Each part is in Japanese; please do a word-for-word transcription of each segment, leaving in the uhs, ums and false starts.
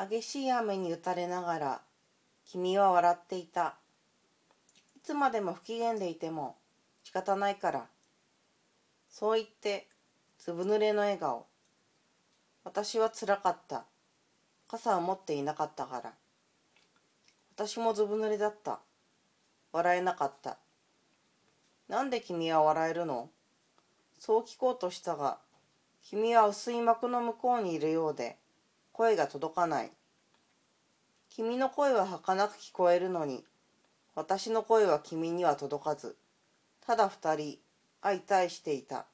激しい雨に打たれながら、君は笑っていた。いつまでも不機嫌でいても仕方ないから。そう言って、ずぶ濡れの笑顔。私はつらかった。傘を持っていなかったから。私もずぶ濡れだった。笑えなかった。なんで君は笑えるの？そう聞こうとしたが、君は薄い幕の向こうにいるようで、声が届かない。君の声は儚く聞こえるのに、私の声は君には届かず、ただ二人、相対していた。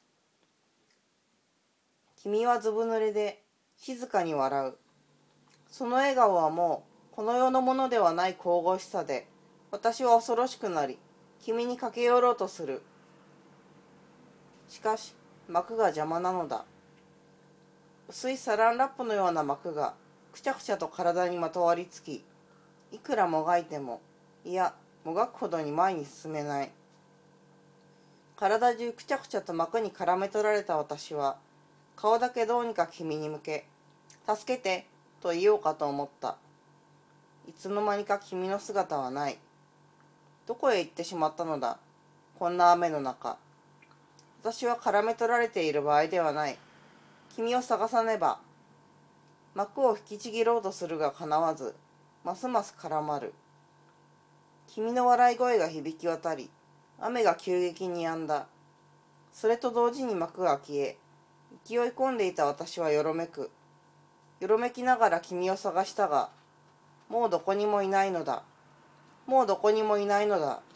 君はずぶ濡れで、静かに笑う。その笑顔はもう、この世のものではない神々しさで、私は恐ろしくなり、君に駆け寄ろうとする。しかし、幕が邪魔なのだ。薄いサランラップのような膜がくちゃくちゃと体にまとわりつき、いくらもがいても、いや、もがくほどに前に進めない。体中くちゃくちゃと膜に絡め取られた私は、顔だけどうにか君に向け、助けて、と言おうかと思った。いつの間にか君の姿はない。どこへ行ってしまったのだ、こんな雨の中。私は絡め取られている場合ではない。君を探さねば。幕を引きちぎろうとするがかなわず、ますます絡まる。君の笑い声が響き渡り、雨が急激に止んだ。それと同時に幕が消え、勢い込んでいた私はよろめく。よろめきながら君を探したが、もうどこにもいないのだ。もうどこにもいないのだ。